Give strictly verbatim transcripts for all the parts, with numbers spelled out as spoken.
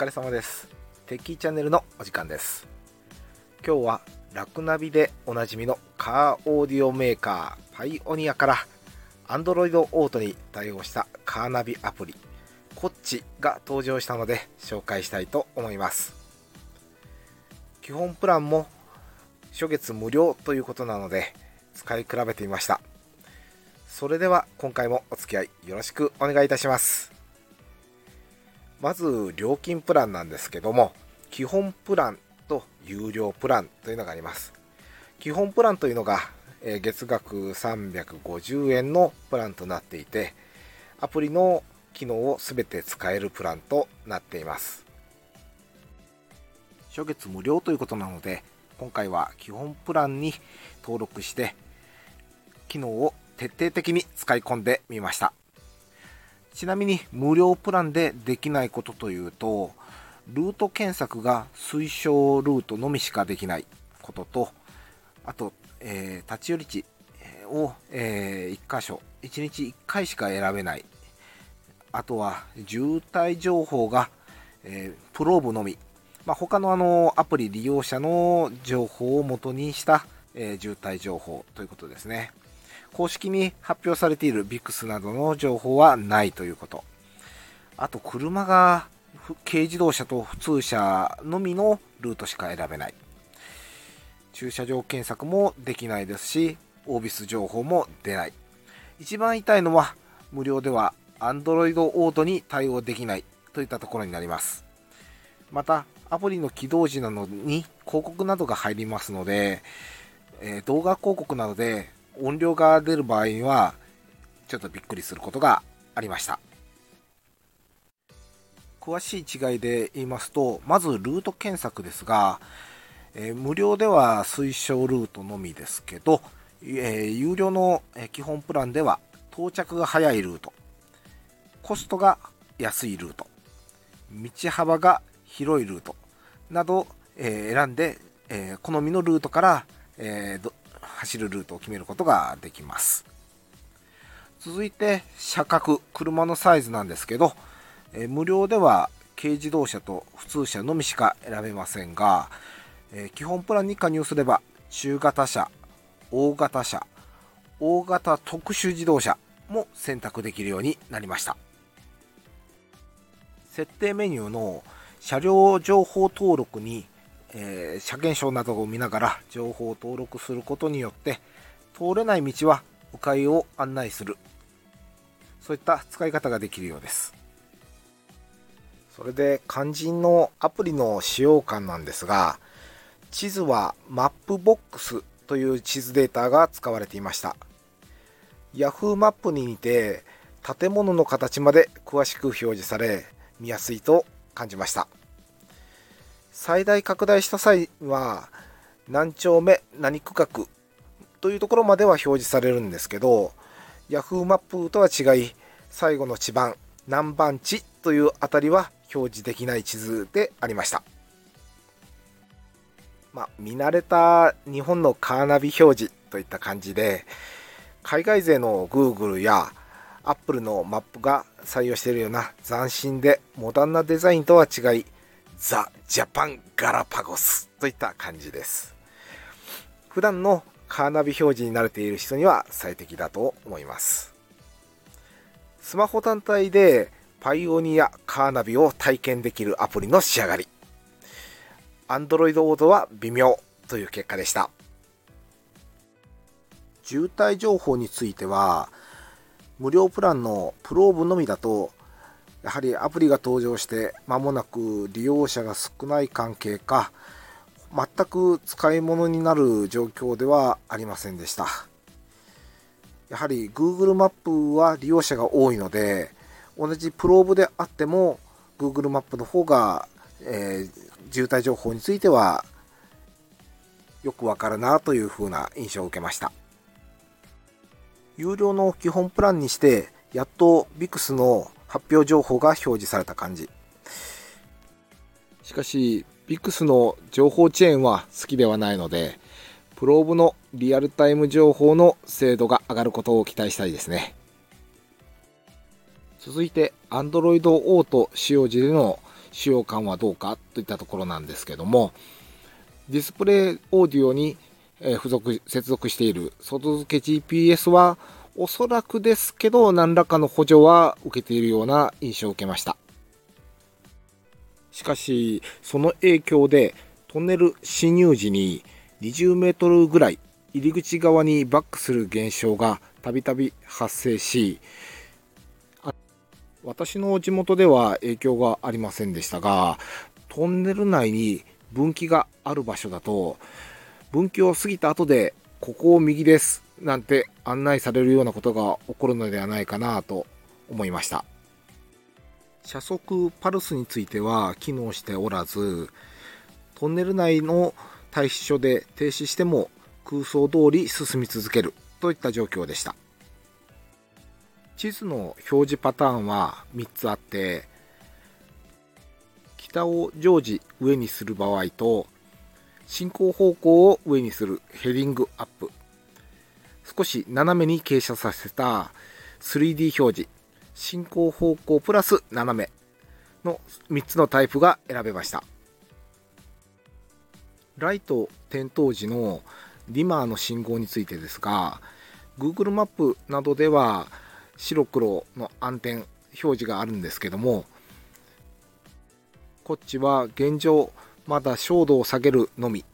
疲れ様です。テッキーチャンネルのお時間です。今日はラクナビでおなじみのカーオーディオメーカーパイオニアから Android Auto に対応したカーナビアプリコッチが登場したので紹介したいと思います。基本プランも初月無料ということなので使い比べてみました。それでは今回もお付き合いよろしくお願いいたします。まず料金プランなんですけども、基本プランと有料プランというのがあります。基本プランというのが月額さんびゃくごじゅうえんのプランとなっていて、アプリの機能をすべて使えるプランとなっています。初月無料ということなので、今回は基本プランに登録して機能を徹底的に使い込んでみました。ちなみに無料プランでできないことというと、ルート検索が推奨ルートのみしかできないことと、あと、えー、立ち寄り地を、えー、いっ箇所いちにちいっかいしか選べない、あとは渋滞情報が、えー、プローブのみ、まあ、他のあのアプリ利用者の情報を元にした、えー、渋滞情報ということですね。公式に発表されているビクスなどの情報はないということ。あと車が軽自動車と普通車のみのルートしか選べない。駐車場検索もできないですし、オービス情報も出ない。一番痛いのは無料では Android Auto に対応できないといったところになります。またアプリの起動時などに広告などが入りますので、えー、動画広告などで音量が出る場合にはちょっとびっくりすることがありました。詳しい違いで言いますと、まずルート検索ですが、えー、無料では推奨ルートのみですけど、えー、有料の基本プランでは到着が早いルート、コストが安いルート、道幅が広いルートなど、えー、選んで、えー、好みのルートから、えー、走るルートを決めることができます。続いて車格、車のサイズなんですけど、えー、無料では軽自動車と普通車のみしか選べませんが、えー、基本プランに加入すれば中型車、大型車、大型特殊自動車も選択できるようになりました。設定メニューの車両情報登録にえー、車検証などを見ながら情報を登録することによって通れない道は迂回を案内する、そういった使い方ができるようです。それで肝心のアプリの使用感なんですが、地図はマップボックスという地図データが使われていました。 Yahoo マップに似て建物の形まで詳しく表示され見やすいと感じました。最大拡大した際は何丁目何区画というところまでは表示されるんですけど、 Yahoo マップとは違い最後の地番何番地というあたりは表示できない地図でありました。まあ、見慣れた日本のカーナビ表示といった感じで、海外勢の Google や Apple のマップが採用しているような斬新でモダンなデザインとは違い、ザ・ジャパン・ガラパゴスといった感じです。普段のカーナビ表示に慣れている人には最適だと思います。スマホ単体でパイオニアカーナビを体験できるアプリの仕上がり、 Android Auto は微妙という結果でした。渋滞情報については無料プランのプローブのみだと、やはりアプリが登場して間もなく利用者が少ない関係か、全く使い物になる状況ではありませんでした。やはり Google マップは利用者が多いので、同じプローブであっても Google マップの方が、えー、渋滞情報についてはよくわかるなというふうな印象を受けました。有料の基本プランにしてやっとビクスの発表情報が表示された感じ。しかしビクスの情報チェーンは好きではないので、プローブのリアルタイム情報の精度が上がることを期待したいですね。続いて Android Auto 使用時での使用感はどうかといったところなんですけども、ディスプレイオーディオに付属接続している外付け ジーピーエス はおそらくですけど何らかの補助は受けているような印象を受けました。しかしその影響でトンネル進入時ににじゅうメートルぐらい入り口側にバックする現象がたびたび発生し、私の地元では影響がありませんでしたが、トンネル内に分岐がある場所だと分岐を過ぎた後でここを右ですなんて案内されるようなことが起こるのではないかなと思いました。車速パルスについては機能しておらず、トンネル内の停止所で停止しても空想通り進み続けるといった状況でした。地図の表示パターンはみっつあって、北を常時上にする場合と進行方向を上にするヘディングアップ、少し斜めに傾斜させた スリーディー 表示、進行方向プラス斜めのみっつのタイプが選べました。ライト点灯時のディマーの信号についてですが、 Google マップなどでは白黒の暗点表示があるんですけども、こっちは現状まだ照度を下げるのみ。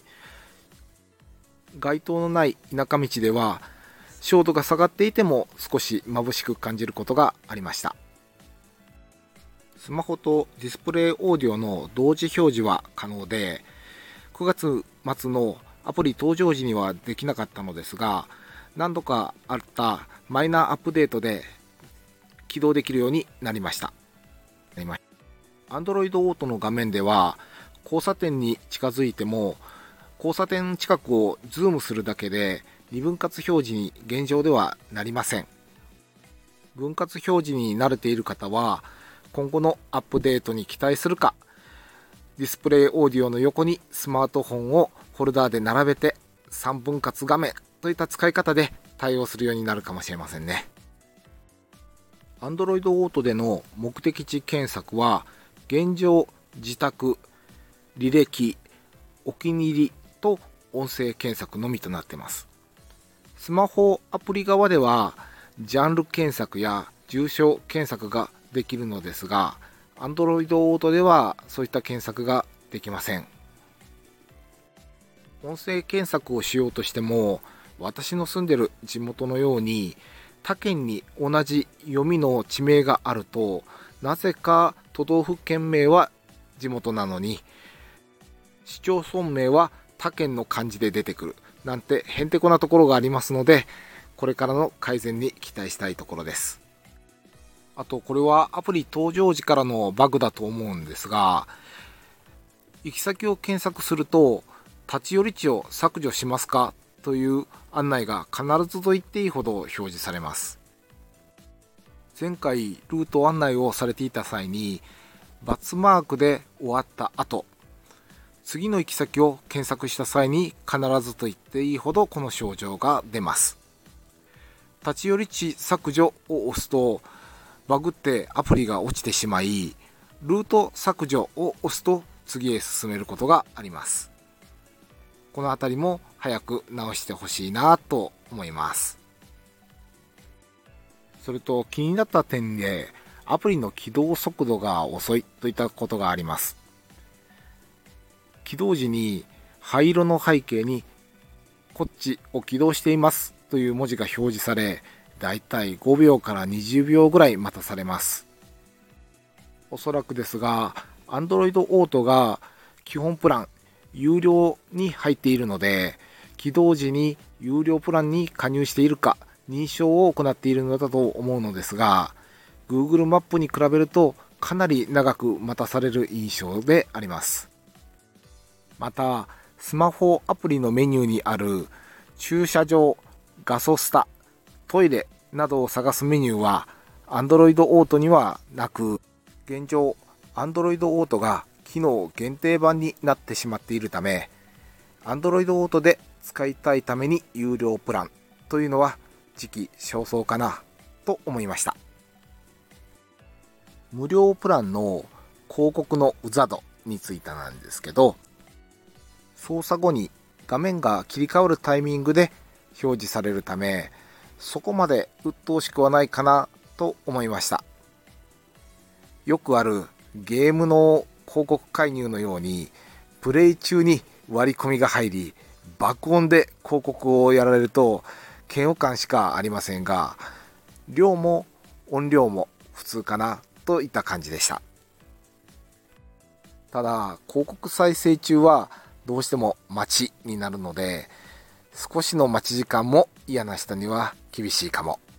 街灯のない田舎道では照度が下がっていても少し眩しく感じることがありました。スマホとディスプレイオーディオの同時表示は可能で、くがつ末のアプリ登場時にはできなかったのですが、何度かあったマイナーアップデートで起動できるようになりました。Android Auto の画面では交差点に近づいても交差点近くをズームするだけでに分割表示に現状ではなりません。分割表示に慣れている方は今後のアップデートに期待するか、ディスプレイオーディオの横にスマートフォンをホルダーで並べてさん分割画面といった使い方で対応するようになるかもしれませんね。Android Auto での目的地検索は現状、自宅、履歴、お気に入りと音声検索のみとなっています。スマホアプリ側ではジャンル検索や住所検索ができるのですが、 Android Auto ではそういった検索ができません。音声検索をしようとしても、私の住んでる地元のように他県に同じ読みの地名があると、なぜか都道府県名は地元なのに市町村名は他県の漢字で出てくるなんてへんてこなところがありますので、これからの改善に期待したいところです。あとこれはアプリ登場時からのバグだと思うんですが、行き先を検索すると立ち寄り地を削除しますかという案内が必ずと言っていいほど表示されます。前回ルート案内をされていた際に×マークで終わった後、次の行き先を検索した際に必ずと言っていいほどこの症状が出ます。立ち寄り地削除を押すとバグってアプリが落ちてしまい、ルート削除を押すと次へ進めることがあります。このあたりも早く直してほしいなと思います。それと気になった点でアプリの起動速度が遅いといったことがあります。起動時に灰色の背景にこっちを起動していますという文字が表示され、だいたいごびょうからにじゅうびょうぐらい待たされます。おそらくですが Android Auto が基本プラン有料に入っているので、起動時に有料プランに加入しているか認証を行っているのだと思うのですが、 Google マップに比べるとかなり長く待たされる印象であります。またスマホアプリのメニューにある駐車場、ガソスタ、トイレなどを探すメニューは Android Auto にはなく、現状 Android Auto が機能限定版になってしまっているため、 Android Auto で使いたいために有料プランというのは時期尚早かなと思いました。無料プランの広告のウザ度についてなんですけど、操作後に画面が切り替わるタイミングで表示されるため、そこまで鬱陶しくはないかなと思いました。よくあるゲームの広告介入のように、プレイ中に割り込みが入り、爆音で広告をやられると嫌悪感しかありませんが、量も音量も普通かなといった感じでした。ただ広告再生中はどうしても待ちになるので、少しの待ち時間も嫌な人には厳しいかも。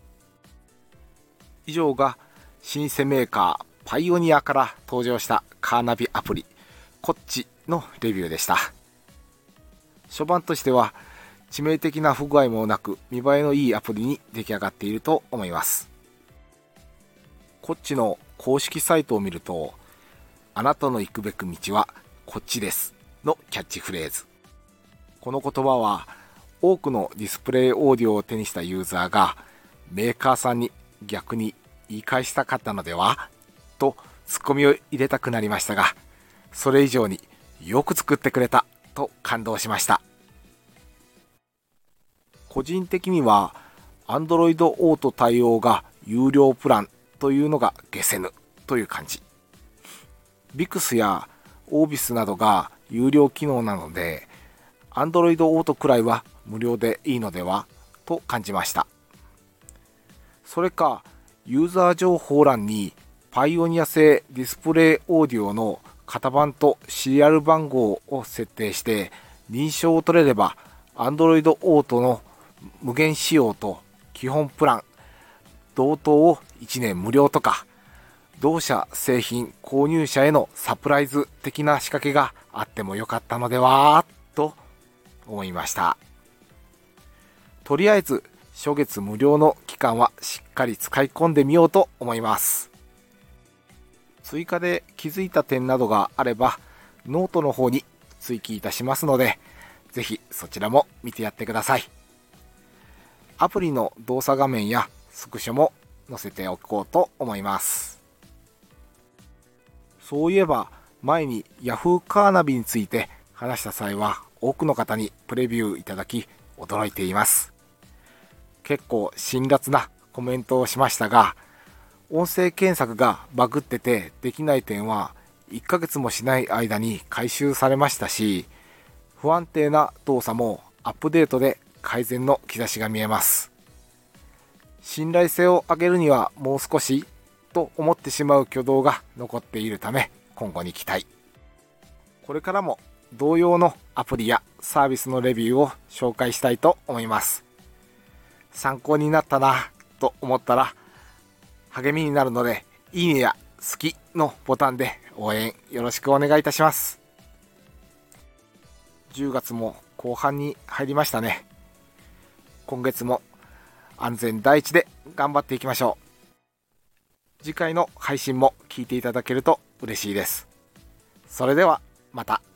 以上が老舗メーカーパイオニアから登場したカーナビアプリこっちのレビューでした。初版としては致命的な不具合もなく見栄えのいいアプリに出来上がっていると思います。こっちの公式サイトを見ると、あなたの行くべく道はこっちですのキャッチフレーズ。この言葉は多くのディスプレイオーディオを手にしたユーザーがメーカーさんに逆に言い返したかったのではとツッコミを入れたくなりましたが、それ以上によく作ってくれたと感動しました。個人的には Android Auto 対応が有料プランというのがゲセヌという感じ。ビクスやオービスなどが有料機能なので Android Auto くらいは無料でいいのではと感じました。それかユーザー情報欄にパイオニア製ディスプレイオーディオの型番とシリアル番号を設定して認証を取れれば Android Auto の無限使用と基本プラン同等をいちねん無料とか、同社製品購入者へのサプライズ的な仕掛けがあってもよかったのではと思いました。とりあえず初月無料の期間はしっかり使い込んでみようと思います。追加で気づいた点などがあればノートの方に追記いたしますので、ぜひそちらも見てやってください。アプリの動作画面やスクショも載せておこうと思います。そういえば前に Yahoo カーナビについて話した際は多くの方にプレビューいただき驚いています。結構辛辣なコメントをしましたが、音声検索がバグっててできない点はいっかげつもしない間に回収されましたし、不安定な動作もアップデートで改善の兆しが見えます。信頼性を上げるにはもう少しと思ってしまう挙動が残っているため今後に期待。これからも同様のアプリやサービスのレビューを紹介したいと思います。参考になったなと思ったら励みになるので、いいねや好きのボタンで応援よろしくお願いいたします。じゅうがつも後半に入りましたね。今月も安全第一で頑張っていきましょう。次回の配信も聞いていただけると嬉しいです。それではまた。